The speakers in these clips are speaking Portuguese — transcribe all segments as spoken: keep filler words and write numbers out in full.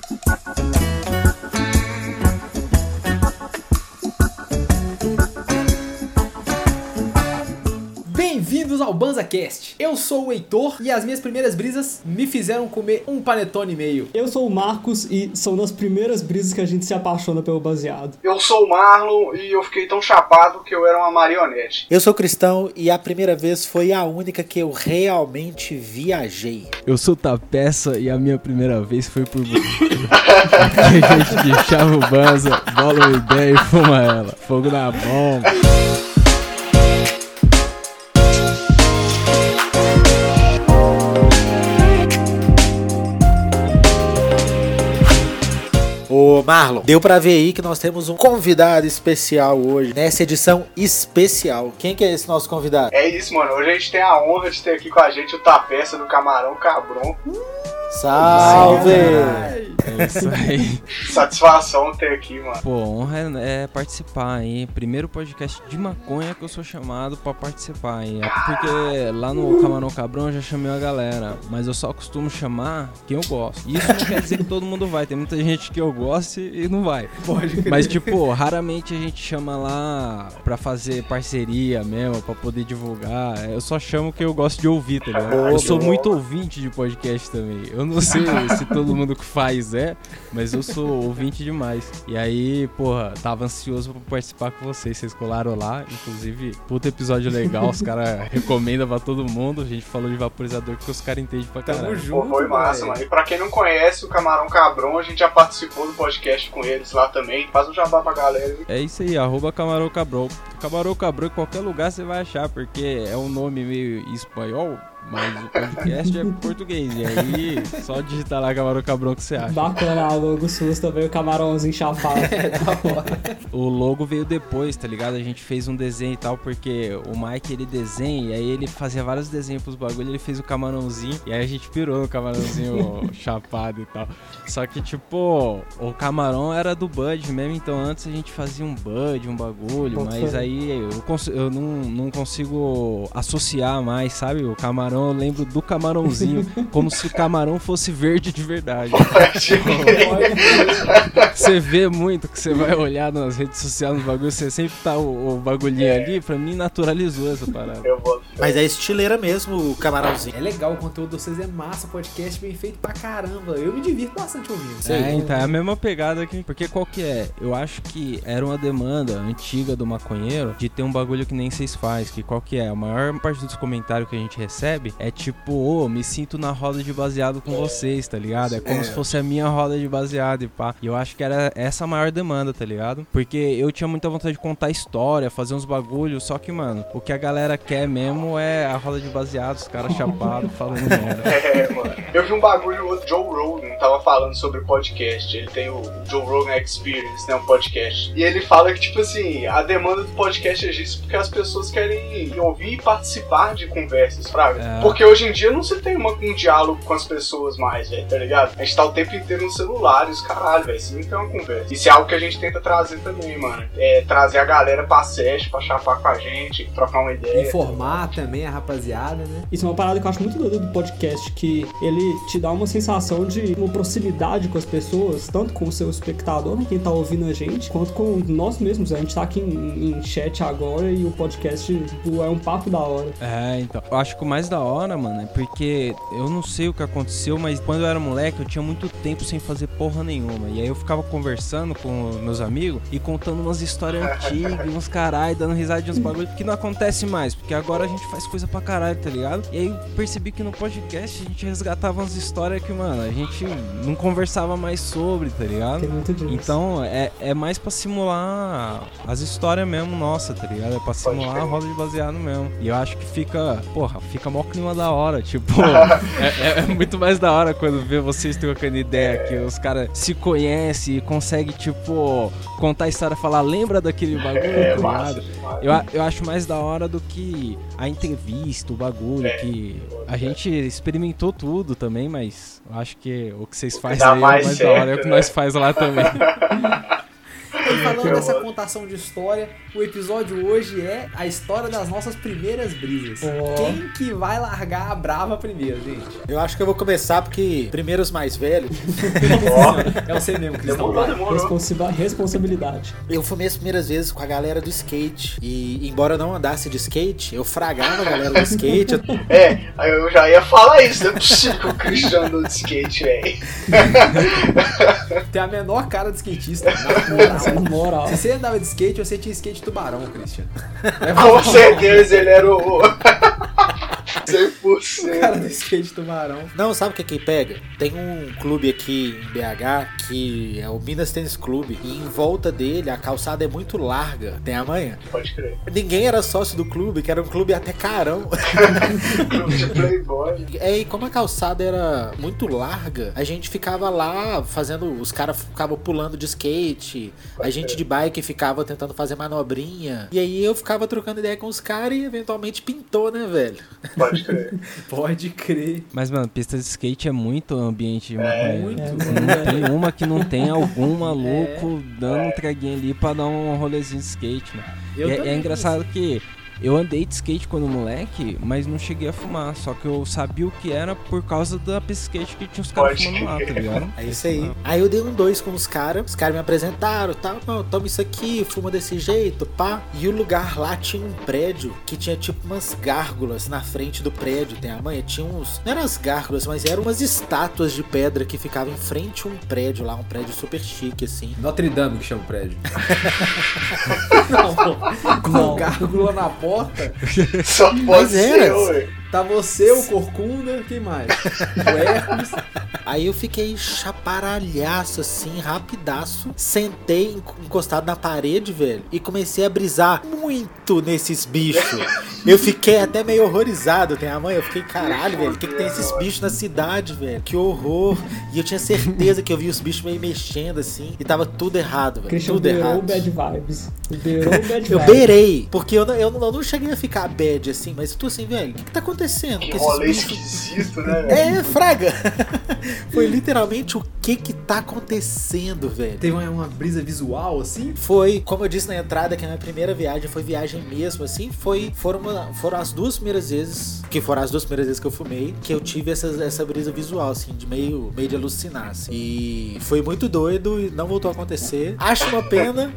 Bem-vindos ao BanzaCast. Eu sou o Heitor e as minhas primeiras brisas me fizeram comer um panetone e meio. Eu sou o Marcos e são nas primeiras brisas que a gente se apaixona pelo baseado. Eu sou o Marlon e eu fiquei tão chapado que eu era uma marionete. Eu sou cristão e a primeira vez foi a única que eu realmente viajei. Eu sou Tapeça e a minha primeira vez foi por você. A gente deixava o Banza, bola uma ideia e fuma ela. Fogo na bomba. Ô Marlon, deu pra ver aí que nós temos um convidado especial hoje, nessa edição especial. Quem que é esse nosso convidado? É isso, mano. Hoje a gente tem a honra de ter aqui com a gente o Tapeça do Camarão Cabron. Salve! É isso aí. Satisfação ter aqui, mano. Pô, honra é participar aí. Primeiro podcast de maconha que eu sou chamado pra participar aí. É porque lá no Camarão Cabrão eu já chamei a galera, mas eu só costumo chamar quem eu gosto. Isso não quer dizer que todo mundo vai. Tem muita gente que eu gosto e não vai. Pode. Mas tipo, raramente a gente chama lá pra fazer parceria mesmo, pra poder divulgar. Eu só chamo quem eu gosto de ouvir, tá ligado? Eu sou muito ouvinte de podcast também. Eu não sei se todo mundo que faz é, mas eu sou ouvinte demais. E aí, porra, tava ansioso pra participar com vocês. Vocês colaram lá, inclusive, puta episódio legal. Os caras recomendam pra todo mundo. A gente falou de vaporizador que os caras entendem pra caralho. Tamo junto, Pô, foi massa, véio. mano. E pra quem não conhece o Camarão Cabron, a gente já participou do podcast com eles lá também. Faz um jabá pra galera, hein? É isso aí, arroba Camarão Cabrão. Camarão Cabrão em qualquer lugar você vai achar, porque é um nome meio espanhol, mas o podcast é português. E aí, só digitar lá Camarão Cabrão que você acha. Bacana, o logo SUS também, o camarãozinho chapado. O logo veio depois, tá ligado? A gente fez um desenho e tal, porque o Mike, ele desenha, e aí ele fazia vários desenhos pros bagulhos, ele fez o camarãozinho, e aí a gente pirou no camarãozinho chapado e tal. Só que, tipo, o camarão era do Bud mesmo, então antes a gente fazia um Bud, um bagulho, mas aí eu, cons- eu não, não consigo associar mais, sabe? O camarão, eu lembro do camarãozinho, como se o camarão fosse verde de verdade. Você vê muito que você vai olhar nas redes sociais, nos bagulhos, você sempre tá o, o bagulhinho É. ali, pra mim naturalizou essa parada. Eu vou. Mas é estileira mesmo o camarãozinho. É legal, o conteúdo de vocês é massa, podcast bem feito pra caramba. Eu me divirto bastante ouvindo. É, então é a mesma pegada aqui. Porque qual que é? Eu acho que era uma demanda antiga do maconheiro de ter um bagulho que nem vocês faz. Que qual que é? A maior parte dos comentários que a gente recebe é tipo, ô, oh, me sinto na roda de baseado com vocês, tá ligado? É como é. se fosse a minha roda de baseado e pá. E eu acho que era essa a maior demanda, tá ligado? Porque eu tinha muita vontade de contar história, fazer uns bagulhos, só que, mano, o que a galera quer mesmo é a roda de baseado, os caras chapados falando merda. É, mano. Eu vi um bagulho, o outro, Joe Rogan, tava falando sobre podcast. Ele tem o Joe Rogan Experience, né, um podcast. E ele fala que, tipo assim, a demanda do podcast é isso porque as pessoas querem ouvir e participar de conversas, fraga. É. Porque hoje em dia não se tem uma, um diálogo com as pessoas mais, velho, tá ligado? A gente tá o tempo inteiro no celular e os caralho, velho, assim, não tem uma conversa. Isso é algo que a gente tenta trazer também, mano. É trazer a galera pra session, pra chapar com a gente, trocar uma ideia. Informar também a rapaziada, né? Isso é uma parada que eu acho muito doida do podcast, que ele te dá uma sensação de uma proximidade com as pessoas, tanto com o seu espectador, quem tá ouvindo a gente, quanto com nós mesmos. A gente tá aqui em, em chat agora e o podcast tipo, é um papo da hora. É, então, eu acho que o mais da hora, mano, é porque eu não sei o que aconteceu, mas quando eu era moleque, eu tinha muito tempo sem fazer porra nenhuma. E aí eu ficava conversando com meus amigos e contando umas histórias antigas, uns caralho, dando risada de uns bagulho que não acontece mais, porque agora a gente faz coisa pra caralho, tá ligado? E aí eu percebi que no podcast a gente resgatava umas histórias que, mano, a gente não conversava mais sobre, tá ligado? Tem muito disso. Então é, é mais pra simular as histórias mesmo, nossa, tá ligado? É pra simular a roda de baseado mesmo. E eu acho que fica, porra, fica mó clima da hora, tipo, é, é, é muito mais da hora quando vê vocês trocando ideia, que os caras se conhecem e conseguem, tipo, contar a história, falar, lembra daquele bagulho, É, tá massa, ligado? massa. Eu, eu acho mais da hora do que a entrevista, o bagulho, É. que a gente experimentou tudo também, mas eu acho que o que vocês fazem Dá aí é mais mais certo, da hora, é o que né? nós faz lá também. E falando dessa contação de história, o episódio hoje é a história das nossas primeiras brisas. Oh. Quem que vai largar a brava primeiro, gente? Eu acho que eu vou começar porque primeiro os mais velhos. É você mesmo, Cristão. Demorou, demorou. Responsiba- responsabilidade. Eu fumei as primeiras vezes com a galera do skate. E embora eu não andasse de skate, eu fragava a galera do skate. Eu... É, aí eu já ia falar isso, não é possível que o Cristiano andou de skate, velho. Tem a menor cara de skatista. Na moral. Moral. Se você andava de skate, você tinha skate tubarão, Christian. Com certeza ele era o... cem por cento. Cara do skate tubarão. Não, sabe o que que pega? Tem um clube aqui em B H que é o Minas Tênis Clube. E em volta dele a calçada é muito larga. Tem a manha? Pode crer. Ninguém era sócio do clube, que era um clube até carão. Clube de Playboy. É, e como a calçada era muito larga, a gente ficava lá fazendo... Os caras ficavam pulando de skate, a gente de bike ficava tentando fazer manobrinha. E aí eu ficava trocando ideia com os caras e eventualmente pintou, né, velho? Pode crer. Pode crer. Mas, mano, pista de skate é muito ambiente de É, maconha. muito. É, Não tem uma que não tem algum maluco dando um traguinho ali pra dar um rolezinho de skate, mano. Eu E é, também é engraçado que eu andei de skate quando moleque, mas não cheguei a fumar. Só que eu sabia o que era por causa da pista de skate que tinha os caras Pode fumando lá, tá ligado? É isso aí. Aí eu dei um dois com os caras, os caras me apresentaram, tá, não, toma isso aqui, fuma desse jeito, pá. E o lugar lá tinha um prédio que tinha tipo umas gárgulas na frente do prédio, tem a manha, tinha uns, não eram as gárgulas, mas eram umas estátuas de pedra que ficavam em frente a um prédio lá, um prédio super chique, assim. Notre Dame que chama o prédio. Não, pô. Com Não. gárgula na porta, Só pode Mas ser, era. ué. tá você, o Corcunda, quem mais? O Hércules. Aí eu fiquei chaparalhaço assim, rapidaço. Sentei en- encostado na parede, velho, e comecei a brisar muito nesses bichos. Eu fiquei até meio horrorizado, tem a mãe. Eu fiquei, caralho, velho, o que, que tem esses bichos na cidade, velho? Que horror. E eu tinha certeza que eu vi os bichos meio mexendo assim, e tava tudo errado, velho. Christian Tudo beirou errado. o bad vibes. Beirou o bad Eu vibes. beirei, porque eu não, eu, não, eu não cheguei a ficar bad assim, mas eu tô assim, velho, o que, que tá acontecendo? Que com esses rolê bichos? esquisito, né, velho? É, fraga. Foi literalmente o que que tá acontecendo, velho. Teve uma, uma brisa visual, assim. Foi, como eu disse na entrada, que a minha primeira viagem foi viagem mesmo, assim, foi, foram, uma- foram as duas primeiras vezes, que foram as duas primeiras vezes que eu fumei, que eu tive essa, essa brisa visual, assim, de meio, meio de alucinar, assim. E foi muito doido e não voltou a acontecer. Acho uma pena.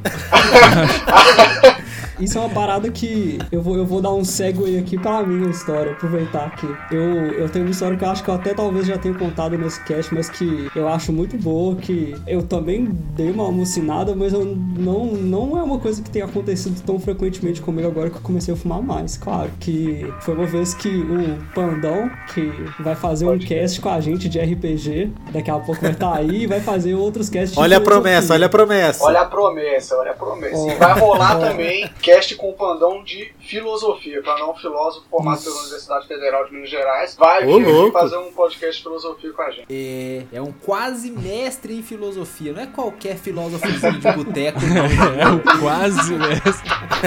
Isso é uma parada que eu vou, eu vou dar um segue aqui pra minha história, aproveitar que eu, eu tenho uma história que eu acho que eu até talvez já tenha contado nesse cast, mas que eu acho muito boa, que eu também dei uma alucinada, mas eu não, não é uma coisa que tenha acontecido tão frequentemente comigo agora que eu comecei a fumar mais, claro. Que foi uma vez que o Pandão, que vai fazer um cast com a gente de R P G, daqui a pouco vai estar aí e vai fazer outros casts de Olha a filosofia. promessa, olha a promessa. Olha a promessa, olha a promessa. Ó. E vai rolar Ó. também cast com o Pandão de filosofia. Pandão, filósofo formado pela Universidade Federal de Minas Gerais, vai Ô, vir aqui louco. fazer um podcast de filosofia com a gente. É, é um quase mestre em filosofia. Não é qualquer filósofozinho de boteco, não. Quase mesmo.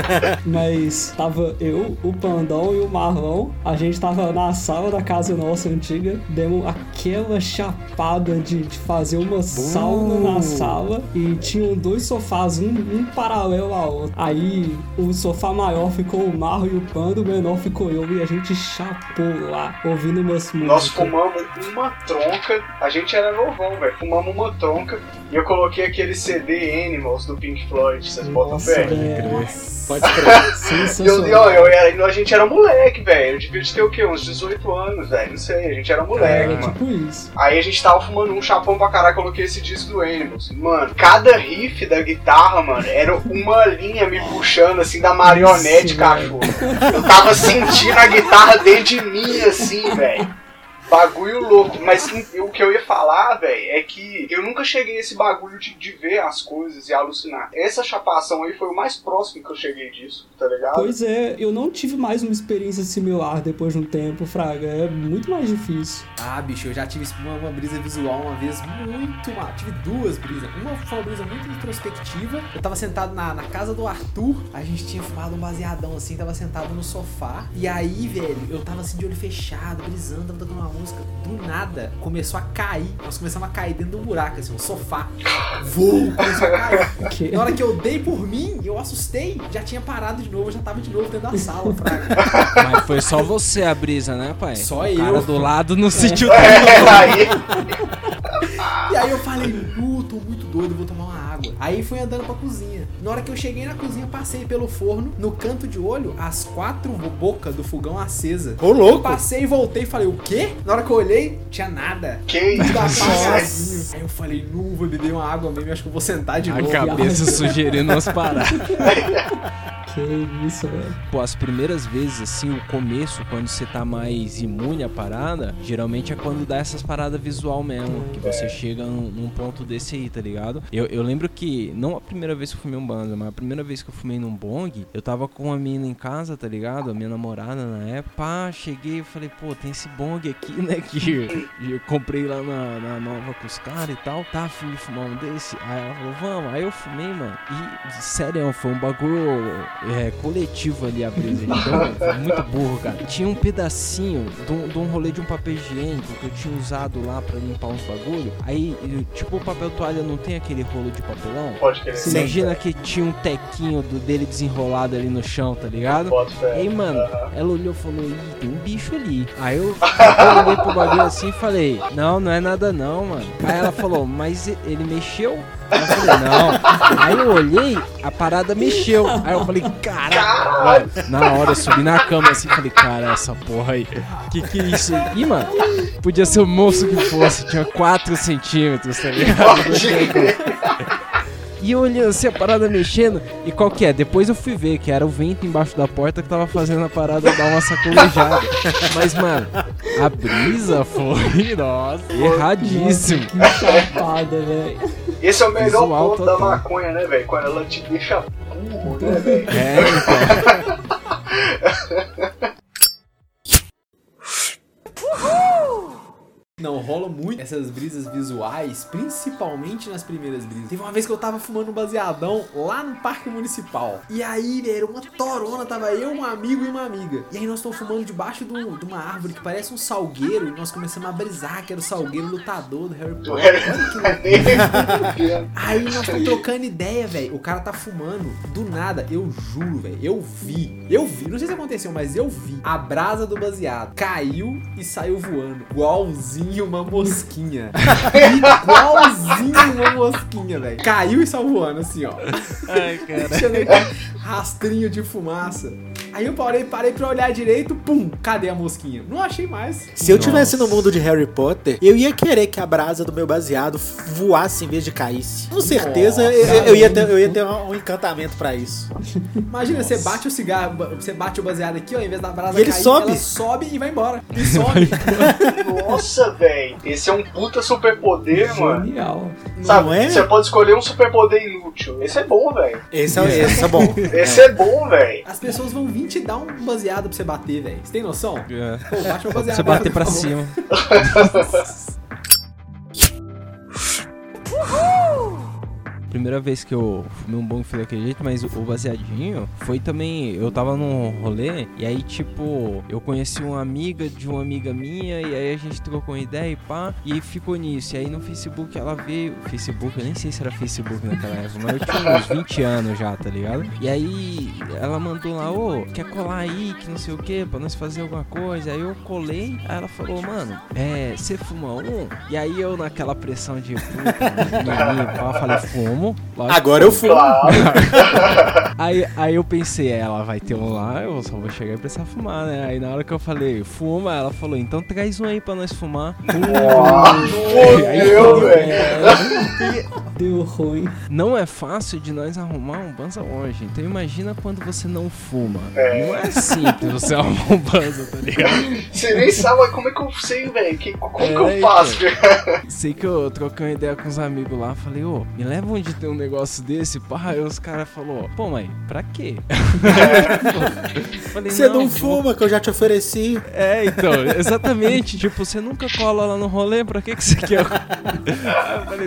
Mas tava eu, o Pandão e o Marlon. A gente tava na sala da casa nossa antiga. Demos aquela chapada de, de fazer uma sauna na sala. E tinham dois sofás, um, um paralelo ao outro. Aí o sofá maior ficou o Marlon e o Pando, o menor ficou eu. E a gente chapou lá, ouvindo umas músicas. Nós fumamos uma tronca, a gente era novão, velho. Fumamos uma tronca e eu coloquei aquele C D Animals do Pink Floyd, vocês botam Nossa, fé? velho. Pode crer. E eu, eu, eu era, a gente era moleque, velho. Eu devia ter o quê? Uns dezoito anos, velho. Não sei, a gente era moleque, Era mano. tipo isso. Aí a gente tava fumando um chapão pra caralho, coloquei esse disco do Animals. Mano, cada riff da guitarra, mano, era uma linha me puxando, assim, da marionete, Isso, cachorro. Eu tava sentindo a guitarra dentro de mim, assim, velho. Bagulho louco. Mas o que eu ia falar, velho, é que eu nunca cheguei a esse bagulho de, de ver as coisas e alucinar. Essa chapação aí foi o mais próximo que eu cheguei disso, tá ligado? Pois é, eu não tive mais uma experiência similar depois de um tempo, Fraga. É muito mais difícil. Ah, bicho, eu já tive uma, uma brisa visual uma vez muito má. Tive duas brisas. Uma foi uma brisa muito introspectiva. Eu tava sentado na, na casa do Arthur. A gente tinha fumado um baseadão assim, tava sentado no sofá. E aí, velho, eu tava assim de olho fechado, brisando, tava dando uma música. música, do nada começou a cair. Nós começamos a cair dentro do buraco, assim, o sofá. Vou, começou a cair. Que? Na hora que eu dei por mim, eu assustei, já tinha parado de novo, eu já tava de novo dentro da sala, fraga. Mas foi só você a brisa, né, pai? Só o eu. cara do lado não sentiu É, tudo. aí, E aí eu falei, nu, tô muito doido, vou tomar uma água. Aí fui andando pra cozinha. Na hora que eu cheguei na cozinha, passei pelo forno, no canto de olho, as quatro bocas do fogão acesa. Ô, louco! Eu passei e voltei e falei, o quê? Na hora que eu olhei, tinha nada. que Tudo isso? apagadinho. Aí eu falei, nu, vou beber uma água mesmo, acho que eu vou sentar de A novo. cabeça sugerindo umas paradas. Que isso, velho. Pô, as primeiras vezes, assim, o começo, quando você tá mais imune à parada, geralmente é quando dá essas paradas visual mesmo, que você chega num, num ponto desse aí, tá ligado? Eu, eu lembro que, não a primeira vez que eu fumei um banza, mas a primeira vez que eu fumei num bong, eu tava com uma menina em casa, tá ligado? A minha namorada na época. Pá, cheguei e falei, pô, tem esse bong aqui, né, que eu comprei lá na, na Nova com os caras e tal. Tá, fui fumar um desse. Aí ela falou, vamos. Aí eu fumei, mano. E, sério, foi um bagulho é, coletivo ali a brisa. Então, foi muito burro, cara. Tinha um pedacinho de um, de um rolê de um papel higiênico que eu tinha usado lá pra limpar uns bagulho. Aí, eu, tipo, o papel toalha não tem aquele rolo de papelão? Pode querer. Sim. Imagina que tinha um tequinho do, dele desenrolado ali no chão, tá ligado? Bota fé. E aí, mano, Aham. ela olhou e falou, ih, tem um bicho ali. Aí eu, eu olhei pro bagulho assim e falei, não, não é nada não, mano. Aí ela falou, mas e- ele mexeu? Aí eu falei, não. Aí eu olhei, a parada mexeu. Aí eu falei, caralho. Na hora eu subi na cama assim e falei, cara, essa porra aí, que que é isso aí? Ih, mano, podia ser o moço que fosse, tinha quatro centímetros, tá ligado? Pode crer. E eu olhando assim, a parada mexendo. E qual que é? Depois eu fui ver que era o vento embaixo da porta que tava fazendo a parada dar uma sacolejada. Mas, mano, a brisa foi, nossa, erradíssimo. Que chapada, velho. Esse é o melhor Visual ponto da total. maconha, né, velho? Quando ela te deixa burro, né, velho? É, então. Não, rola muito essas brisas visuais, principalmente nas primeiras brisas. Teve uma vez que eu tava fumando um baseadão lá no Parque Municipal. E aí, velho, uma torona, tava eu, um amigo e uma amiga. E aí nós estamos fumando debaixo de, um- de uma árvore que parece um salgueiro. E nós começamos a brisar, que era o salgueiro lutador do Harry Do Potter. Harry Olha que Potter. Aí nós estamos trocando ideia, velho. O cara tá fumando. Do nada, eu juro, velho. Eu vi. Eu vi. Não sei se aconteceu, mas eu vi. A brasa do baseado caiu e saiu voando. Igualzinho uma mosquinha. Igualzinho uma mosquinha, velho. Caiu e saiu voando, assim, ó. Ai, cara. Deixando aqui, rastrinho de fumaça. Aí eu parei, parei pra olhar direito, pum, cadê a mosquinha? Não achei mais. Se eu tivesse no mundo de Harry Potter, eu ia querer que a brasa do meu baseado voasse em vez de caísse. Com certeza Nossa, eu, eu ia ter, eu ia ter um um encantamento pra isso. Imagina, você bate o cigarro, você bate o baseado aqui, ó, em vez da brasa E ele cair, sobe. ela sobe e vai embora. E sobe. Nossa, velho. Esse é um puta superpoder, mano. Genial. Sabe, Não é? você pode escolher um superpoder inútil. Esse é bom, velho. Esse é, esse é bom. Esse é bom, velho. As pessoas vão vir te dar um baseado pra você bater, velho. Você tem noção? É. Pô, bate meu baseado. Você bater por pra favor. cima. Primeira vez que eu fumei um bong foi daquele jeito, mas o o baseadinho foi também. Eu tava num rolê e aí, tipo, eu conheci uma amiga de uma amiga minha e aí a gente trocou uma ideia e pá, e aí ficou nisso. E aí no Facebook ela veio. Facebook, eu nem sei se era Facebook naquela época, mas eu tinha uns vinte anos já, tá ligado? E aí ela mandou lá, ô, quer colar aí, que não sei o que, pra nós fazer alguma coisa. Aí eu colei, aí ela falou, mano, é, você fuma um? E aí eu naquela pressão de puta, menino, eu falei, fumo. Lógico. Agora eu fumo. Claro. Aí, aí eu pensei, ela vai ter um lá, eu só vou chegar e precisar fumar, né? Aí na hora que eu falei, fuma, ela falou, então traz um aí pra nós fumar. Aí Fodeu, fudeu. velho. Deu ruim. Não é fácil de nós arrumar um banza hoje. Então imagina quando você não fuma. É. Não é simples você arrumar um banza, tá ligado? Você nem sabe como é que eu sei, velho. Que- Como que eu É, faço? Sei que eu troquei uma ideia com os amigos lá, falei, ô, me leva onde tem um negócio desse, pá. Aí os caras falaram, pô, mãe, pra quê? Falei, Você não vou- fuma, que eu já te ofereci. É, então, exatamente. Tipo, você nunca cola lá no rolê, pra que que você quer? Aí eu falei, não, tem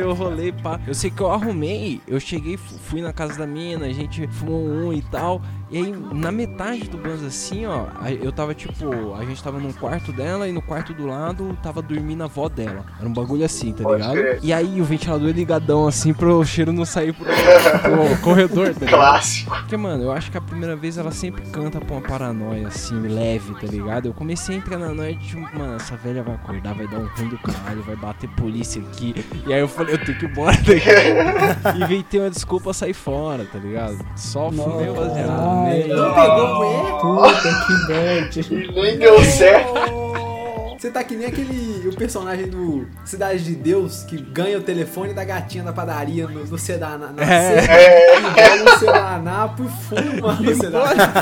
eu rolei, pá. Eu sei que eu arrumei, eu cheguei, fui na casa da mina, a gente fumou um e tal. E aí, na metade do banzo assim, ó, eu tava tipo, a gente tava num quarto dela e no quarto do lado tava dormindo a avó dela. Era um bagulho assim, tá ligado? E aí o ventilador ligadão assim pro cheiro não sair pro, pro corredor, tá ligado? Clássico. Porque, mano, eu acho que a primeira vez ela sempre canta pra uma paranoia assim, leve, tá ligado? Eu comecei a entrar na noite, tipo, mano, essa velha vai acordar, vai dar um ruim do caralho, vai bater polícia aqui. E aí eu falei, eu tenho que ir embora daqui. Inventei uma desculpa sair fora, tá ligado? Só fumei baseado. Não pegou a mulher? Puta que bad. E nem deu certo. Você tá que nem aquele o personagem do Cidade de Deus que ganha o telefone da gatinha da padaria no, no Sedanapo. É. Igual no Sedanapo e fuma no Sedanapo.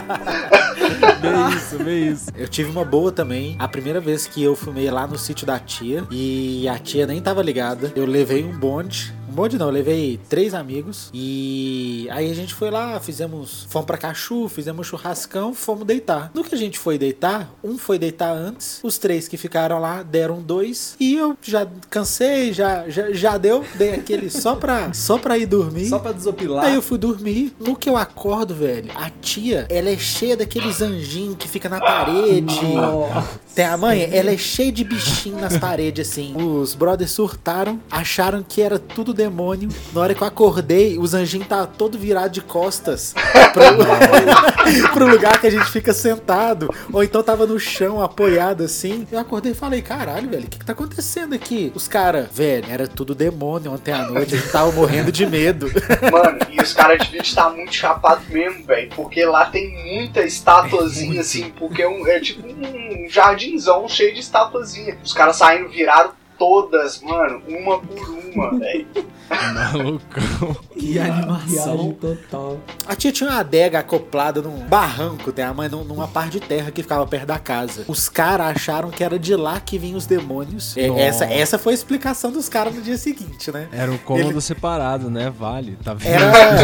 Bem isso, bem isso. Eu tive uma boa também. A primeira vez que eu fumei lá no sítio da tia e a tia nem tava ligada. Eu levei um bonde. Um bonde não, eu levei três amigos e aí a gente foi lá, fizemos, fomos pra Cachu, fizemos churrascão, fomos deitar. No que a gente foi deitar, um foi deitar antes, os três que ficaram lá deram dois e eu já cansei, já, já, já deu, dei aquele só pra, só pra ir dormir. Só pra desopilar. Aí eu fui dormir, no que eu acordo, velho, a tia, ela é cheia daqueles anjinhos que fica na parede. Nossa. Tem a mãe, ela é cheia de bichinho nas paredes, assim. Os brothers surtaram, acharam que era tudo demônio. Na hora que eu acordei, os anjinhos tá todo virado de costas pro, pro lugar que a gente fica sentado. Ou então tava no chão, apoiado assim. Eu acordei e falei, caralho, velho, o que que tá acontecendo aqui? Os caras, velho, era tudo demônio ontem à noite, a gente tava morrendo de medo. Mano, e os caras deviam estar muito chapados mesmo, velho. Porque lá tem muita estatuazinha, assim, porque é, um, é tipo um jardinzão cheio de estatuazinha. Os caras saindo, viraram todas, mano, uma por uma, velho. Malucão. Que animação. Viagem total. A tia tinha uma adega acoplada num barranco, tem a mãe, numa parte de terra que ficava perto da casa. Os caras acharam que era de lá que vinham os demônios. É, essa, essa foi a explicação dos caras no dia seguinte, né? Era um cômodo Ele... separado, né? Vale, tá vendo?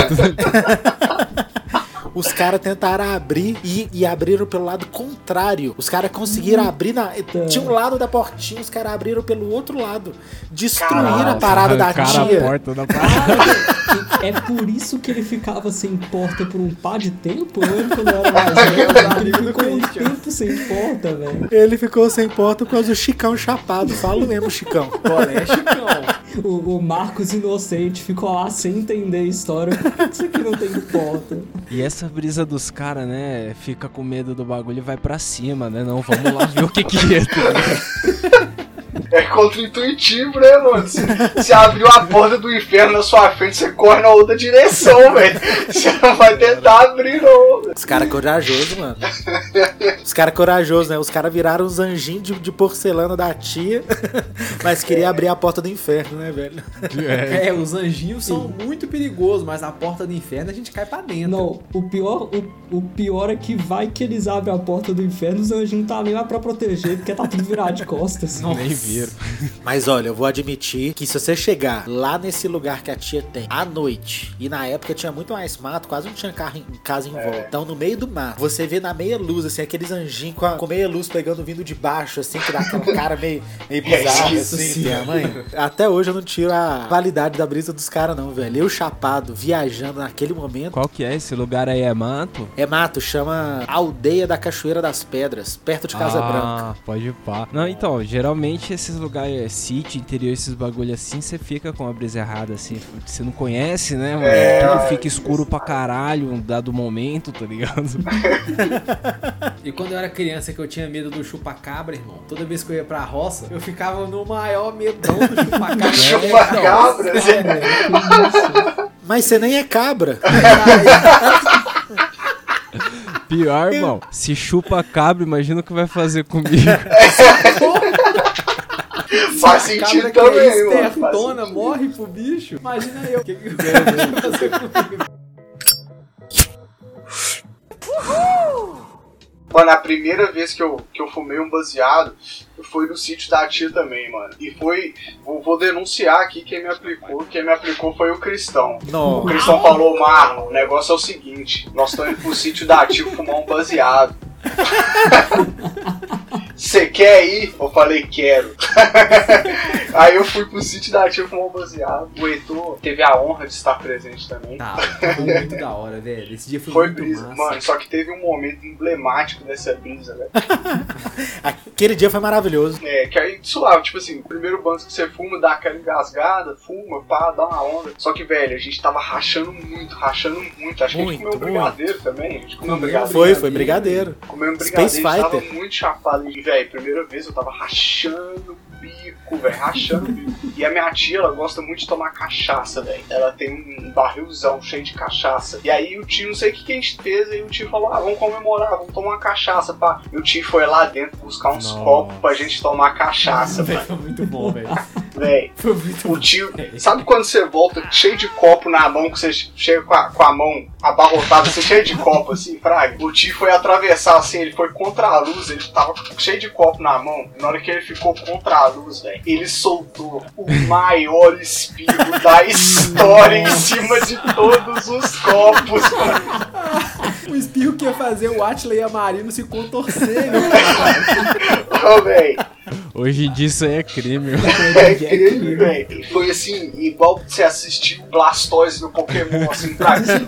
Era... Os caras tentaram abrir e, e abriram pelo lado contrário. Os caras conseguiram hum, abrir na... Tinha um lado da portinha, os caras abriram pelo outro lado. Destruíram Caraca, a parada da tia. A porta da parada. É por isso que ele ficava sem porta por um par de tempo? Eu lembro quando eu era mais velho. Ele ficou um tempo sem porta, velho. Ele ficou sem porta por causa do Chicão chapado. Falo mesmo, Chicão. Qual é, Chicão? O, o Marcos Inocente ficou lá sem entender a história. Por que isso aqui não tem porta? E essa brisa dos caras, né? Fica com medo do bagulho e vai pra cima, né? Não, vamos lá ver o que que é. Tá? É contra-intuitivo, né, mano? Se, se abriu a porta do inferno na sua frente, você corre na outra direção, velho. Você não vai tentar abrir, não, velho. Os caras corajosos, mano. Os caras corajosos, né? Os caras viraram os anjinhos de, de porcelana da tia, mas queria abrir a porta do inferno, né, velho? É, é os anjinhos são muito perigosos, mas a porta do inferno a gente cai pra dentro. Não, o pior, o, o pior é que vai que eles abrem a porta do inferno, os anjinhos tá ali lá pra proteger, porque tá tudo virado de costas. Nossa. Nem viram. Mas olha, eu vou admitir que se você chegar lá nesse lugar que a tia tem, à noite, e na época tinha muito mais mato, quase não tinha carro em casa em volta. É. Então no meio do mato, você vê na meia luz, assim, aqueles anjinhos com, a, com meia luz pegando vindo de baixo, assim, que dá aquela cara meio, meio bizarra, é assim, sim, a mãe. Até hoje eu não tiro a qualidade da brisa dos caras, não, velho. Eu chapado, viajando naquele momento. Qual que é? Esse lugar aí é mato? É mato, chama Aldeia da Cachoeira das Pedras, perto de Casa ah, Branca. Ah, pode pá. Não, então, geralmente esses lugares, sítio, interior, esses bagulho assim, você fica com a brisa errada, assim, você não conhece, né, mano? É, tudo fica escuro pra caralho, um dado momento, tá ligado? E quando eu era criança, que eu tinha medo do chupa-cabra, irmão, toda vez que eu ia pra roça, eu ficava no maior medão do chupa-cabra. Chupa-cabra? É, mas você nem é cabra. Pior, irmão, se chupa cabra, imagina o que vai fazer comigo. Faz sentido também, mano. Estertona, morre pro bicho. Imagina eu. O que que vai fazer comigo? Uhul! Mano, a primeira vez que eu, que eu fumei um baseado foi no sítio da tia também, mano. E foi... Vou, vou denunciar aqui quem me aplicou. Quem me aplicou foi o Cristão. Não. O Cristão falou, Marlon, o negócio é o seguinte. Nós estamos indo pro sítio da tia fumar um baseado. Você quer ir? Eu falei, quero. Aí eu fui pro sítio da tia fumar um baseado. O Heitor teve a honra de estar presente também. Tá, foi muito da hora, velho. Esse dia foi, Foi muito brisa, massa. mano. Só que teve um momento emblemático dessa brisa, velho. Aquele dia foi maravilhoso. É, que aí suave, tipo assim, o primeiro banco que você fuma, dá aquela engasgada, fuma, pá, dá uma onda. Só que, velho, a gente tava rachando muito, rachando muito. Acho que Muito, a gente comeu um brigadeiro também. A gente comeu um Comeu brigadeiro. Foi, foi brigadeiro. Comeu um brigadeiro, Space a gente tava Fighter. muito chapado. E, velho, primeira vez eu tava rachando o bico, velho, rachando o bico. E a minha tia, ela gosta muito de tomar cachaça, velho. Ela tem um barrilzão cheio de cachaça. E aí o tio, não sei o que, que a gente fez, aí o tio falou, ah, vamos comemorar, vamos tomar uma cachaça, pá. E o tio foi lá dentro buscar uns Nossa. copos pra gente tomar cachaça, Velho, mano. foi muito bom, velho. Véi, Foi muito o tio, sabe quando você volta cheio de copo na mão, que você chega com a, com a mão abarrotada, assim, cheio de copo, assim, fraga? O tio foi atravessar, assim, ele foi contra a luz, ele tava cheio de copo na mão. Na hora que ele ficou contra a luz, velho, ele soltou o maior espirro da história em cima de todos os copos, mano. O espirro que ia fazer o Atila e a Marino se contorcerem, cara. Ô, véi. Hoje em dia isso aí é crime. É crime, velho. Foi assim, igual você assistiu Blastoise no Pokémon, assim, pra assim,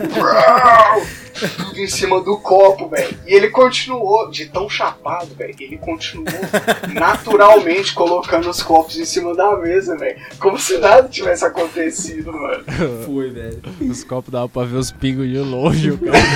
tudo em cima do copo, velho. E ele continuou, de tão chapado, velho, ele continuou naturalmente colocando os copos em cima da mesa, velho. Como se nada tivesse acontecido, mano. Foi, velho. Os copos davam pra ver os pingos de longe, o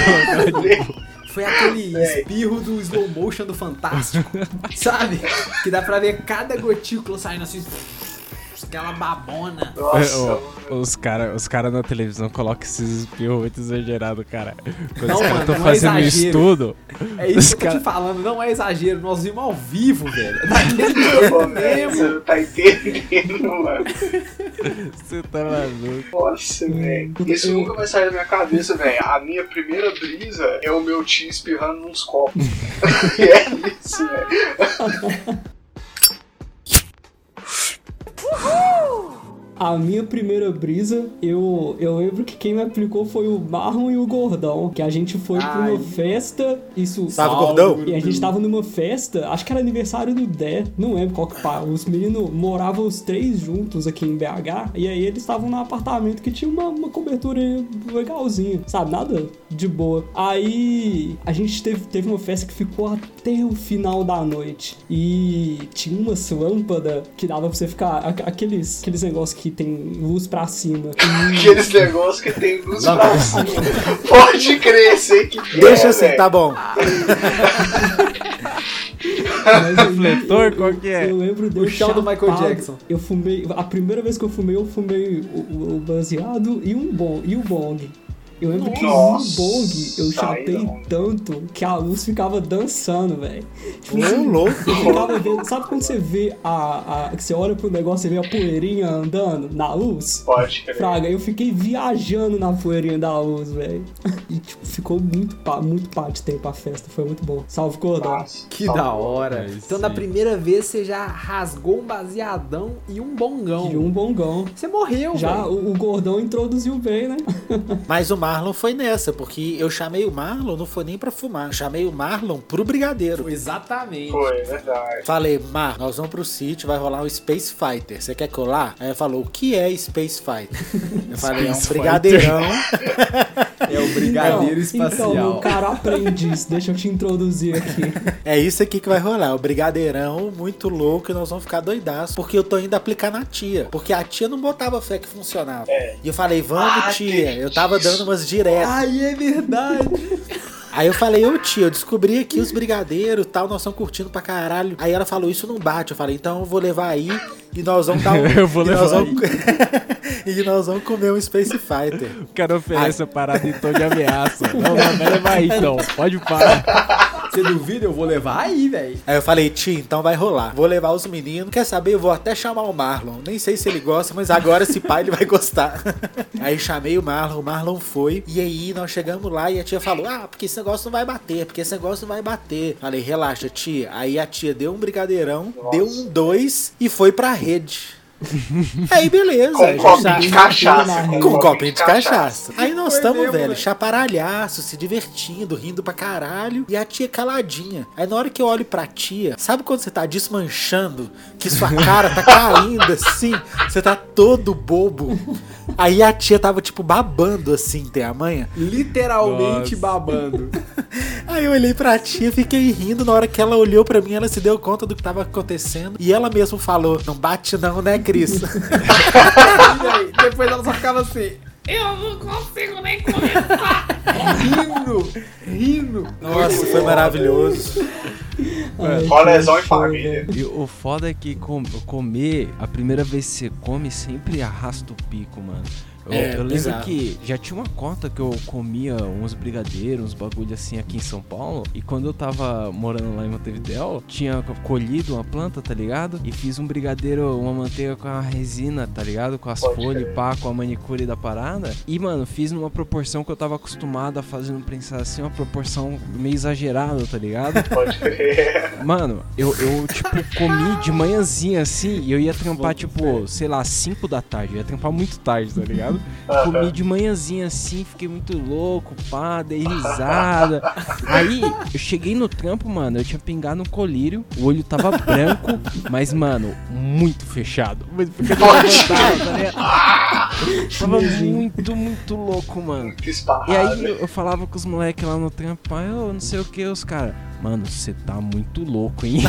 cara. Foi aquele Véi. espirro do slow motion do Fantástico, sabe? Que dá pra ver cada gotícula saindo assim, aquela babona. Nossa, Ô, mano. Os caras os cara na televisão colocam esses espirros muito exagerados, cara. Quando Não, os caras mano, estão não é fazendo exagero. estudo. É isso os que eu tô cara- te falando, não é exagero, nós vimos ao vivo, velho. Daquele jeito Ô, velho, você mesmo. não tá entendendo, mano. Você tá maluco. Nossa, velho. Isso Eu- nunca vai sair da minha cabeça, velho. A minha primeira brisa é o meu tio espirrando nos copos. E é isso, velho. A minha primeira brisa, eu, eu lembro que quem me aplicou foi o Marlon e o Gordão, que a gente foi pra uma Ai. festa, isso... Salve, Gordão. E a gente tava numa festa, acho que era aniversário do Dé, não lembro qual que pá. Os meninos moravam os três juntos aqui em B H, e aí eles estavam num apartamento que tinha uma, uma cobertura legalzinha, sabe? Nada de boa. Aí a gente teve, teve uma festa que ficou até o final da noite, e tinha umas lâmpadas que dava pra você ficar, a- aqueles, aqueles negócios que tem luz pra cima. E- Aqueles negócios que tem luz pra cima. Pode crer, sei que é, Deixa assim, velho. tá bom. Mas aí, Refletor, eu- qual que é? Eu lembro de O chão do Michael chapado. Jackson. Eu fumei. A primeira vez que eu fumei, eu fumei o, o- o baseado e um bong, e o bong. Eu lembro que Nossa, no bong eu aí chapei não. tanto que a luz ficava dançando, velho. Tipo, Ô, assim, louco. eu ficava vendo. Sabe quando você vê a, a. que você olha pro negócio e vê a poeirinha andando na luz? Pode crer. Fraga, eu fiquei viajando na poeirinha da luz, velho. E tipo, ficou muito pá, muito pá de tempo a festa, foi muito bom. Salve, Cordão. Nossa, Que salve. da hora. Aí Então, na sim. primeira vez, você já rasgou um baseadão e um bongão. De um bongão. Você morreu, Já velho. o, o Gordão introduziu bem, né? Mas o Marlon foi nessa, porque eu chamei o Marlon, não foi nem pra fumar. Eu chamei o Marlon pro brigadeiro. Exatamente. Foi, é verdade. Falei, Mar, nós vamos pro sítio, vai rolar um Space Fighter. Você quer colar? Aí ele falou, o que é Space Fighter? Eu falei, é um Space brigadeirão. É o brigadeiro Então, espacial. Então, meu cara aprendiz, deixa eu te introduzir aqui. É isso aqui que vai rolar. O brigadeirão muito louco e nós vamos ficar doidaços. Porque eu tô indo aplicar na tia. Porque a tia não botava fé que funcionava. É. E eu falei, vamos, Ah, tia. tem Eu tava disso. dando umas diretas. Ai, é verdade. Aí eu falei, ô tia, eu descobri aqui os brigadeiros e tal, nós estamos curtindo pra caralho. Aí ela falou, isso não bate. Eu falei, então eu vou levar aí e nós vamos dar um... Eu vou e nós levar vamos... E nós vamos comer um Space Fighter. O cara oferece a parada em tom de ameaça. Não, não, vai levar aí então. Pode parar. Você duvida? Eu vou levar aí, velho. Aí eu falei, tia, então vai rolar. Vou levar os meninos. Quer saber? Eu vou até chamar o Marlon. Nem sei se ele gosta, mas agora esse pai ele vai gostar. Aí chamei o Marlon, o Marlon foi. E aí nós chegamos lá e a tia falou, ah, porque esse negócio não vai bater, porque esse negócio não vai bater. Falei, relaxa, tia. Aí a tia deu um brigadeirão, Nossa. deu um dois e foi pra rede. Aí beleza. Com um copinho de cachaça. Com um copinho de cachaça. Aí nós Foi estamos, mesmo, velho, velho. chaparalhaço, se divertindo, rindo pra caralho. E a tia caladinha. Aí na hora que eu olho pra tia, sabe quando você tá desmanchando? Que sua cara tá caindo assim? Você tá todo bobo. Aí a tia tava tipo babando assim, tem a manha. Literalmente Nossa. babando. Aí eu olhei pra tia, fiquei rindo. Na hora que ela olhou pra mim, ela se deu conta do que tava acontecendo. E ela mesma falou, não bate não, né, Cris? E aí, depois ela só ficava assim, Eu não consigo nem começar. rindo, rindo. Nossa, foi maravilhoso. Ai, Rolezão que em família. E o foda é que com- comer, a primeira vez que você come, sempre arrasta o pico, mano. Eu, É, eu lembro bizarro. que já tinha uma conta que eu comia uns brigadeiros, uns bagulho assim aqui em São Paulo. E quando eu tava morando lá em Montevidéu, tinha colhido uma planta, tá ligado? E fiz um brigadeiro, uma manteiga com a resina, tá ligado? Com as Pode folhas, crer. pá, com a manicure da parada. E, mano, fiz numa proporção que eu tava acostumado a fazer, não pensar assim, uma proporção meio exagerada, tá ligado? Pode crer. Mano, eu, eu, tipo, comi de manhãzinha assim e eu ia trampar, tipo, sei lá, cinco da tarde. Eu ia trampar muito tarde, tá ligado? Comi de manhãzinha assim, fiquei muito louco, pá, dei risada. Aí, eu cheguei no trampo, mano, eu tinha pingado no colírio, o olho tava branco, mas, mano, muito fechado. Mas porque eu não levantava, tá ligado? Tava muito, muito louco, mano. Que E esparrado. aí eu, eu falava com os moleques lá no trampo, pai, eu não sei o que, os caras, mano, você tá muito louco, hein?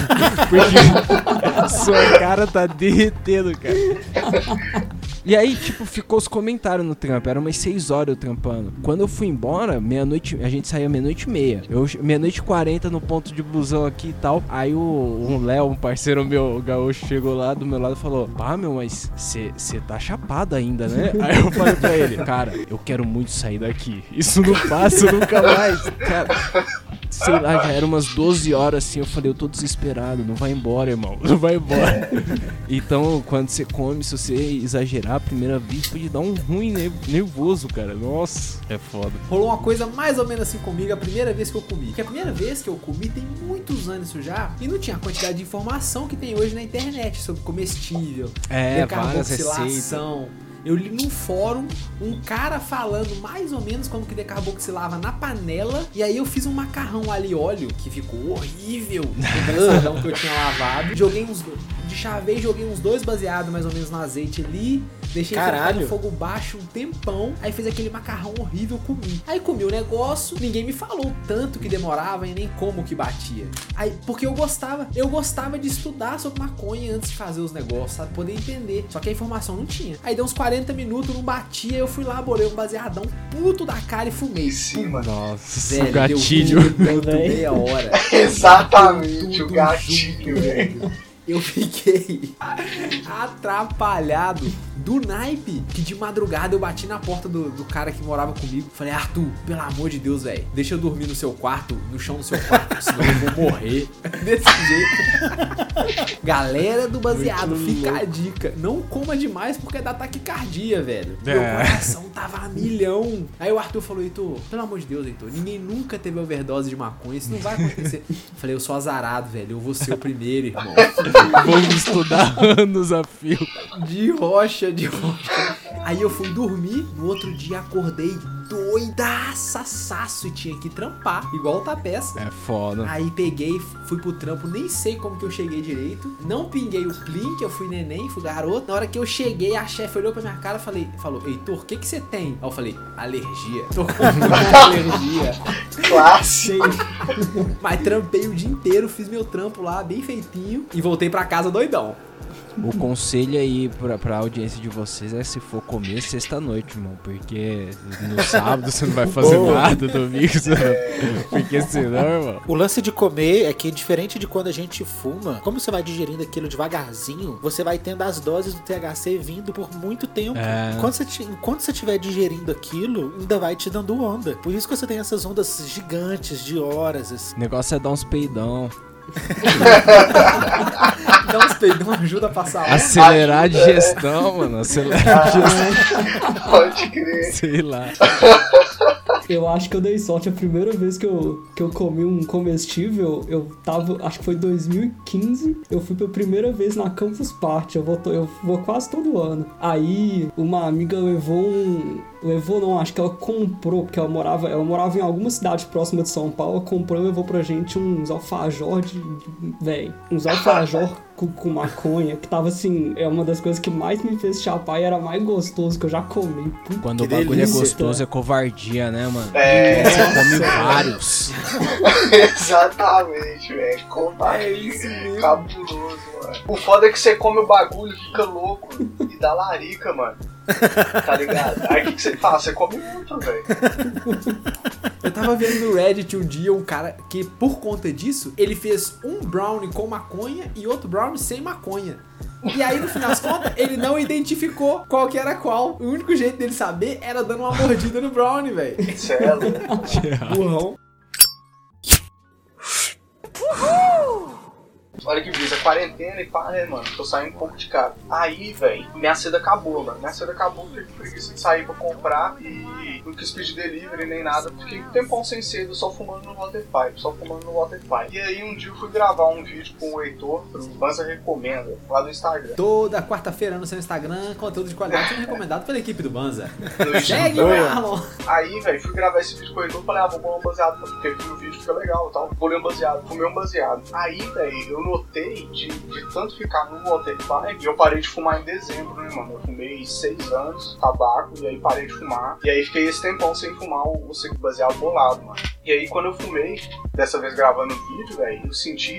Porque sua cara tá derretendo, cara. E aí, tipo, ficou os comentários no trampo, era umas seis horas eu trampando. Quando eu fui embora, meia-noite, a gente saía meia-noite e meia. Eu, meia-noite e quarenta no ponto de busão aqui e tal. Aí o um Léo, um parceiro meu, o gaúcho, chegou lá do meu lado e falou, pá, meu, mas você tá chapado ainda, né? Aí eu falei pra ele, cara, eu quero muito sair daqui. Isso não passa nunca mais. Cara, sei lá, já era umas doze horas assim, eu falei, eu tô desesperado, não vai embora, irmão, não vai embora. Então, quando você come, se você exagerar a primeira vez, pode dar um ruim ne- nervoso, cara. Nossa, é foda. Rolou uma coisa mais ou menos assim comigo a primeira vez que eu comi. Porque a primeira vez que eu comi tem muitos anos isso já. E não tinha a quantidade de informação que tem hoje na internet sobre comestível, É, várias decarboxilação. Eu li num fórum um cara falando mais ou menos como que decarboxilava na panela. E aí eu fiz um macarrão ali óleo que ficou horrível. O macarrão que eu tinha lavado. Joguei uns... De chavei, joguei uns dois baseados mais ou menos no azeite ali. Deixei fritar Caralho. no fogo baixo um tempão. Aí fiz aquele macarrão horrível, comi. Aí comi o negócio, ninguém me falou tanto que demorava e nem como que batia. Aí, porque eu gostava, eu gostava de estudar sobre maconha antes de fazer os negócios, sabe? Poder entender. Só que a informação não tinha. Aí deu uns quarenta minutos, não batia, eu fui lá, bolei um baseadão puto da cara e fumei. Em cima. Nossa, Velho, o gatilho. Deu, deu meia hora. Exatamente, Tudo o gatilho, junto, velho. Eu fiquei atrapalhado do naipe que de madrugada eu bati na porta do, do cara que morava comigo. Falei, Arthur, pelo amor de Deus, velho, deixa eu dormir no seu quarto, no chão do seu quarto, senão eu vou morrer. Desse jeito. Galera do baseado, Muito fica a louco. dica. Não coma demais porque dá taquicardia, velho. Meu É. coração tava a milhão. Aí o Arthur falou, Heitor, pelo amor de Deus, Heitor, ninguém nunca teve overdose de maconha, isso não vai acontecer. Falei, eu sou azarado, velho, eu vou ser o primeiro, irmão. Vamos estudar anos a fio. De rocha, de rocha. Aí eu fui dormir, no outro dia acordei doidaçaço e tinha que trampar, igual outra peça. É foda. Aí peguei, fui pro trampo, nem sei como que eu cheguei direito. Não pinguei o plim, que eu fui neném, fui garoto. Na hora que eu cheguei, a chefe olhou pra minha cara e falei, falou, Heitor, o que que você tem? Aí eu falei, alergia. Tô com muita alergia. Clássico. Mas trampei o dia inteiro, fiz meu trampo lá, bem feitinho, e voltei pra casa doidão. O conselho aí pra, pra audiência de vocês é se for comer sexta-noite, irmão. Porque no sábado você não vai fazer Boa. nada, domingo você não... Porque senão, irmão... O lance de comer é que, diferente de quando a gente fuma, como você vai digerindo aquilo devagarzinho, você vai tendo as doses do T H C vindo por muito tempo. É. Quando você, ti- enquanto você estiver digerindo aquilo, ainda vai te dando onda. Por isso que você tem essas ondas gigantes de horas, assim. O negócio é dar uns peidão. Dá uns peidão, ajuda a passar lá. Acelerar a digestão, mano. Acelerar a digestão. Pode crer. Sei lá. Eu acho que eu dei sorte. A primeira vez que eu, que eu comi um comestível, eu tava, acho que foi dois mil e quinze, eu fui pela primeira vez na Campus Party, eu vou, eu vou quase todo ano. Aí, uma amiga levou um... Levou não, acho que ela comprou, porque ela morava, ela morava em alguma cidade próxima de São Paulo, ela comprou e levou pra gente uns alfajor de... Véi, uns alfajor com, com maconha, que tava assim, é uma das coisas que mais me fez chapar e era mais gostoso que eu já comi. Puta, Quando que o bagulho delícia, é gostoso, cara. é covardia, né, mano? É. Você come vários. Exatamente, velho. Covardia. É isso mesmo. Cabuloso, mano. O foda é que você come o bagulho e fica louco e dá larica, mano. Tá ligado? Aí o que, que você faz? Você come muito, velho. Eu tava vendo no Reddit um dia um cara que, por conta disso, ele fez um brownie com maconha e outro brownie sem maconha. E aí, no final das contas, ele não identificou qual que era qual. O único jeito dele saber era dando uma mordida no brownie, velho. Sério. Burrão. Olha que brisa, quarentena e pá, né, mano? Tô saindo um pouco de casa. Aí, velho, minha seda acabou, mano. Minha seda acabou, fiquei com preguiça de sair pra comprar e não quis pedir delivery nem nada. Fiquei um tempão sem cedo, só fumando no Waterpipe, só fumando no Waterpipe. E aí, um dia eu fui gravar um vídeo com o Heitor pro Banza Recomenda, lá do Instagram. Toda quarta-feira no seu Instagram, conteúdo de qualidade sendo recomendado pela equipe do Banza. No Segue o Marlon! Aí, velho, fui gravar esse vídeo com o Heitor e falei, ah, vou comer um baseado, porque aqui no vídeo fica legal e tal. Vou ler um baseado, fumei um baseado. Aí, velho, eu notei de, de tanto ficar no Waterpipe, eu parei de fumar em dezembro, né, mano? Eu fumei seis anos tabaco e aí parei de fumar. E aí fiquei esse tempão sem fumar o, o baseado bolado, mano. E aí quando eu fumei, dessa vez gravando o vídeo, velho, eu senti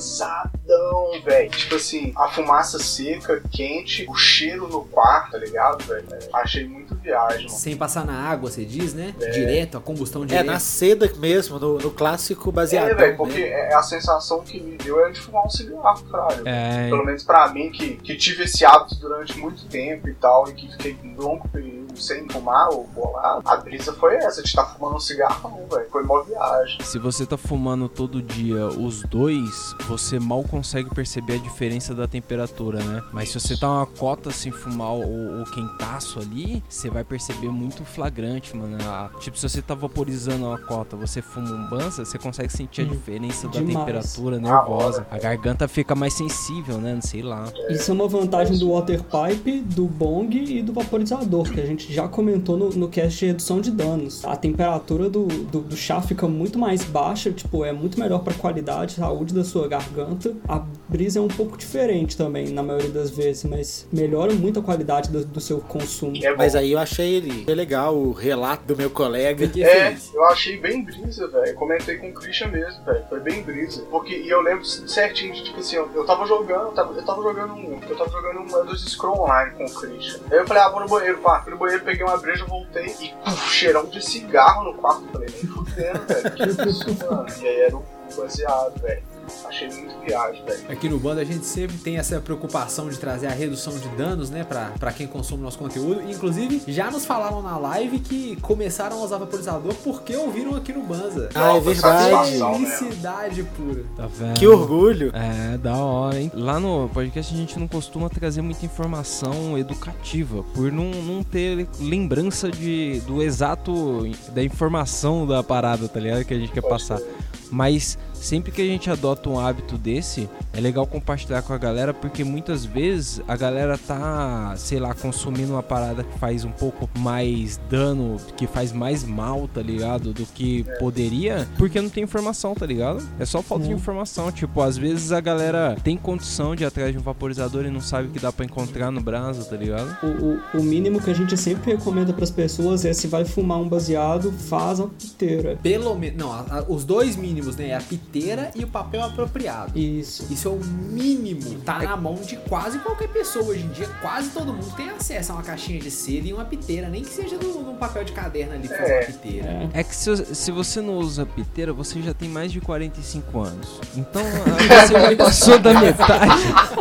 pesadão, velho. Tipo assim, a fumaça seca, quente, o cheiro no quarto, tá ligado, velho? Achei muito viagem, mano. Sem passar na água, você diz, né? É. Direto, a combustão É, direta. na seda mesmo, no, no clássico baseado. É, velho, porque é, a sensação que me deu era de fumar um cigarro, caralho. É, Pelo menos pra mim, que, que tive esse hábito durante muito tempo e tal, e que fiquei um longo período sem fumar ou bolado, a brisa foi essa, de estar fumando um cigarro, não, velho. Foi uma viagem. se você tá fumando todo dia os dois, você mal consegue perceber a diferença da temperatura, né? Mas se você tá uma cota sem fumar o, o quentaço ali, você vai perceber muito flagrante, mano. A- tipo, se você tá vaporizando uma cota, você fuma um Banza, você consegue sentir a Hum, diferença da demais. temperatura nervosa. A garganta fica mais sensível, né? Sei lá. Isso é uma vantagem do Waterpipe, do Bong e do vaporizador, que a gente já comentou no, no cast de redução de danos. A temperatura do, do, do chá fica muito mais baixa, tipo, é muito melhor pra qualidade, saúde da sua garganta. A brisa é um pouco diferente também, na maioria das vezes, mas melhora muito a qualidade do, do seu consumo. É bom. Mas aí eu achei ele legal, o relato do meu colega. Fiquei É, feliz. eu achei bem brisa, velho. Comentei com o Christian mesmo, velho. Foi bem brisa. Porque, e eu lembro certinho de, tipo assim, eu, eu tava jogando, eu tava, eu tava jogando um, eu tava jogando um Elder Scrolls Online com o Christian. Aí eu falei, ah, vou no banheiro, pá. Fui no banheiro, peguei uma breja, voltei e puf, cheirão de cigarro no quarto. Eu falei, nem fudendo, velho. Que isso, mano? E aí era o baseado, velho. Achei muito viagem, velho. Aqui no Bando a gente sempre tem essa preocupação de trazer a redução de danos, né, pra, pra quem consome nosso conteúdo. Inclusive, já nos falaram na live que começaram a usar vaporizador porque ouviram aqui no Banza. Ah, é verdade. Satisfação, né? Felicidade pura. Tá vendo? Que orgulho. É, da hora, hein? Lá no podcast a gente não costuma trazer muita informação educativa, por não, não ter lembrança de, do exato, da informação da parada, tá ligado? Que a gente quer passar. Mas sempre que a gente adota um hábito desse, é legal compartilhar com a galera, porque muitas vezes a galera tá, sei lá, consumindo uma parada que faz um pouco mais dano, que faz mais mal, tá ligado? Do que poderia, porque não tem informação, tá ligado? É só falta de informação. Tipo, às vezes a galera tem condição de ir atrás de um vaporizador e não sabe o que dá pra encontrar no Brasa, tá ligado? O, o, o mínimo que a gente sempre recomenda pras pessoas é, se vai fumar um baseado, faz a piteira. Pelo menos. Não, a- a- os dois mínimos, né? É a piteira e o papel apropriado. Isso. Isso é o mínimo. Tá na mão de quase qualquer pessoa hoje em dia. Quase todo mundo tem acesso a uma caixinha de seda e uma piteira. Nem que seja de um papel de caderno ali pra fazer É. uma piteira. É. É que se, se você não usa piteira, você já tem mais de quarenta e cinco anos. Então ah, você já passou da metade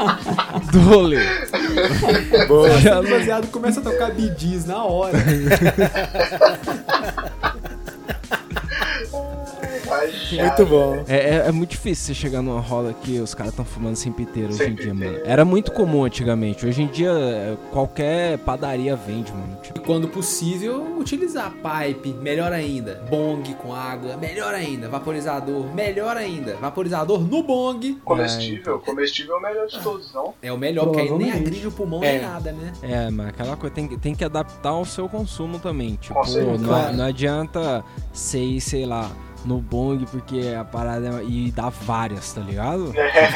do rolê. Boa. Já O não- baseado começa a tocar bidis na hora. Muito bom. É, é, é muito difícil você chegar numa roda que os caras estão fumando sem piteiro hoje Sem em dia, piteiro. mano. Era muito comum antigamente. Hoje em dia, é, qualquer padaria vende, mano. Tipo, E quando possível, utilizar pipe, melhor ainda. Bong com água, melhor ainda. Vaporizador, melhor ainda. Vaporizador no bong. Comestível, comestível é o melhor de todos, não? É o melhor, porque aí nem Provavelmente. agride o pulmão É. nem nada, né? é, mas aquela coisa tem, que- tem que adaptar ao seu consumo também. Tipo, Com certeza. não, Claro. não adianta ser, ir, sei lá, no bong porque a parada é, e dá várias, tá ligado?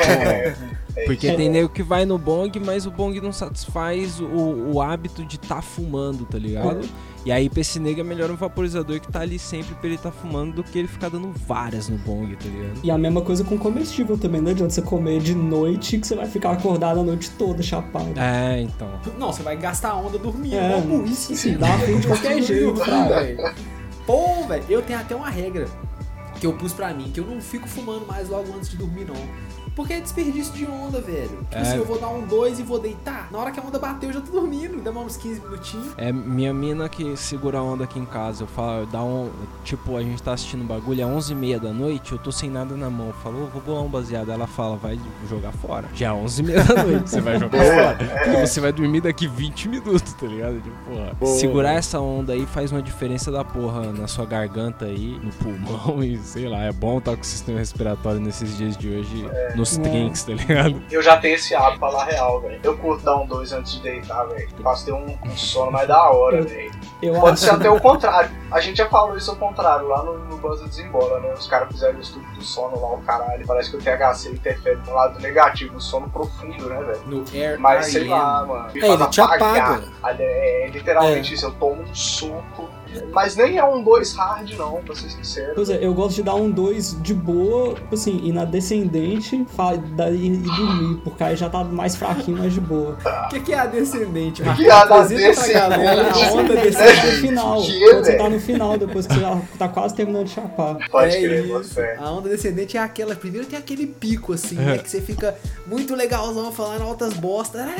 É, Porque tem nego que vai no bong, mas o bong não satisfaz o, o hábito de tá fumando, tá ligado? E aí pra esse nego é melhor um vaporizador que tá ali sempre pra ele tá fumando do que ele ficar dando várias no bong, tá ligado? E a mesma coisa com comestível também, não adianta você comer de noite que você vai ficar acordado a noite toda chapado. É, então. Não, você vai gastar a onda dormindo. É, É, burrice, sim, dá fim de qualquer jeito, cara. velho. Pô, velho, eu tenho até uma regra que eu pus pra mim, que eu não fico fumando mais logo antes de dormir, não. Porque é desperdício de onda, velho. Tipo É. assim, eu vou dar um dois e vou deitar. Na hora que a onda bateu, eu já tô dormindo. Demora uns quinze minutinhos. É minha mina que segura a onda aqui em casa. Eu falo, dá um. Tipo, a gente tá assistindo um bagulho, é onze e meia da noite, eu tô sem nada na mão. Eu falo, "Ô, vou bolar um baseado." Ela fala, vai jogar fora. Já é onze e meia da noite, você vai jogar fora. Porque você vai dormir daqui vinte minutos, tá ligado? Tipo, porra. Boa. Segurar essa onda aí faz uma diferença da porra na sua garganta aí, no pulmão e sei lá. É bom estar com o sistema respiratório nesses dias de hoje, nos É. trinks, tá ligado? Eu já tenho esse hábito, falar real, velho. Eu curto dar um dois antes de deitar, velho. Faço ter um, um sono mais da hora, velho. Eu Pode acho ser até o contrário. A gente já falou isso ao contrário, lá no, no Buzz Desembola, né? Os caras fizeram o estudo do sono lá, o caralho. Parece que o T H C interfere no lado negativo, o sono profundo, né, velho? No Air Mas sei R E M. lá, mano. Me É, faz ele te apaga. É, é literalmente isso, eu tomo um suco. Mas nem é um dois hard, não, pra ser sincero. Pois é, eu gosto de dar um dois de boa, tipo assim, e na descendente fa- daí e dormir, porque aí já tá mais fraquinho, mais de boa. O que, que é a descendente? que é a da Apresenta pra galera a descendente? onda No descendente. final, Que, quando você velho? tá no final, depois que você já tá quase terminando de chapar. Pode É crer, isso. boa fé. A onda descendente é aquela. Primeiro tem aquele pico, assim, né? Que você fica muito legalzão falando altas bostas.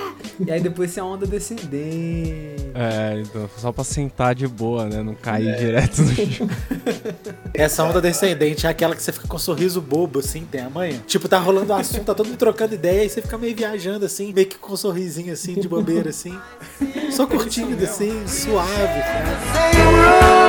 E aí depois tem a onda descendente. É, então, só pra sentar de boa, né? Não cair direto no chão. Essa onda descendente é aquela que você fica com um sorriso bobo, assim, tem amanhã. Tipo, tá rolando o assunto, tá todo mundo trocando ideia, aí você fica meio viajando, assim, meio que com um sorrisinho, assim, de bobeira, assim. Só curtindo, assim, suave, cara.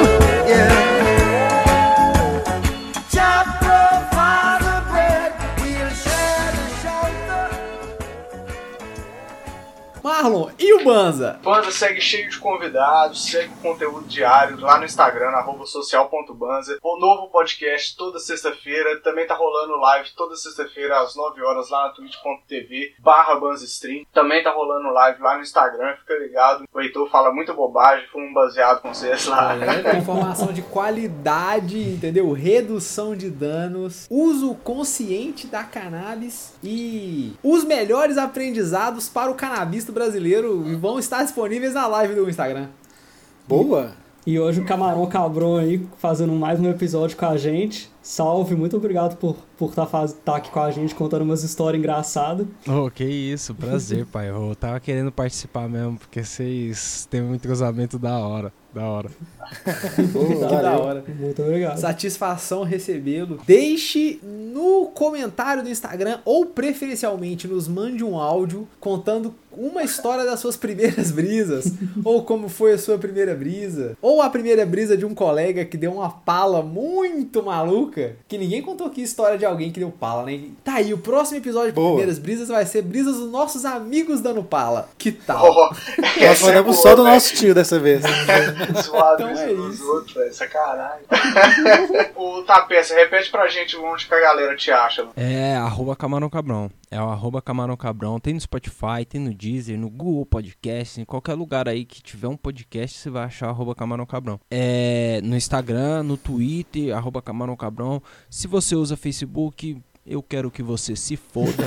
Marlon, e o Banza? Banza segue cheio de convidados, segue o conteúdo diário lá no Instagram, arroba social ponto banza. O novo podcast toda sexta-feira, também tá rolando live toda sexta-feira às nove horas lá na twitch ponto tv barra banzastream. Também tá rolando live lá no Instagram, fica ligado. O Heitor fala muita bobagem, foi um baseado com vocês lá. É, informação de qualidade, entendeu? Redução de danos, uso consciente da cannabis e os melhores aprendizados para o canabista brasileiro vão estar disponíveis na live do Instagram. Boa! E hoje o Camarão Cabrão aí fazendo mais um episódio com a gente. Salve, muito obrigado por por estar tá tá aqui com a gente contando umas histórias engraçadas. Oh, que isso, prazer, pai. Eu tava querendo participar mesmo, porque vocês têm um entrosamento da hora. Da hora. Que da hora. Muito obrigado. Satisfação recebê-lo. Deixe no comentário do Instagram ou preferencialmente nos mande um áudio contando uma história das suas primeiras brisas, ou como foi a sua primeira brisa, ou a primeira brisa de um colega que deu uma pala muito maluca, que ninguém contou aqui história de alguém que deu pala, né? Tá aí, o próximo episódio de Boa. Primeiras Brisas vai ser brisas dos nossos amigos dando pala. Que tal? Oh, Nós essa é mandamos boa, só do velho. nosso tio dessa vez. Suado Então isso é dos isso. outros, velho. Sacanagem. O Tapeça, repete pra gente onde que a galera te acha. É arroba Camarão Cabrão. É o arroba Camarão Cabrão. Tem no Spotify, tem no Deezer, no Google Podcast, em qualquer lugar aí que tiver um podcast, você vai achar arroba Camarão Cabrão. É no Instagram, no Twitter, arroba Camarão Cabrão. Se você usa Facebook, eu quero que você se foda.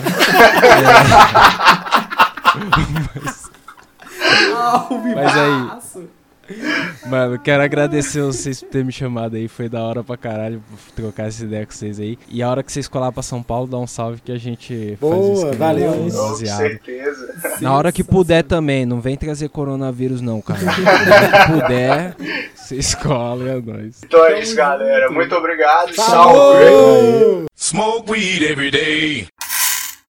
É. Mas aí- Alvivaço. Mano, quero agradecer vocês por terem me chamado aí. Foi da hora pra caralho trocar essa ideia com vocês aí. E a hora que vocês colar pra São Paulo, dá um salve que a gente Boa, faz isso. valeu. Com certeza. Na hora que puder também, não vem trazer coronavírus não, cara. Se puder, vocês colam, é nóis. Então é isso, galera. Muito obrigado. Salve! Salve! Smoke weed every day.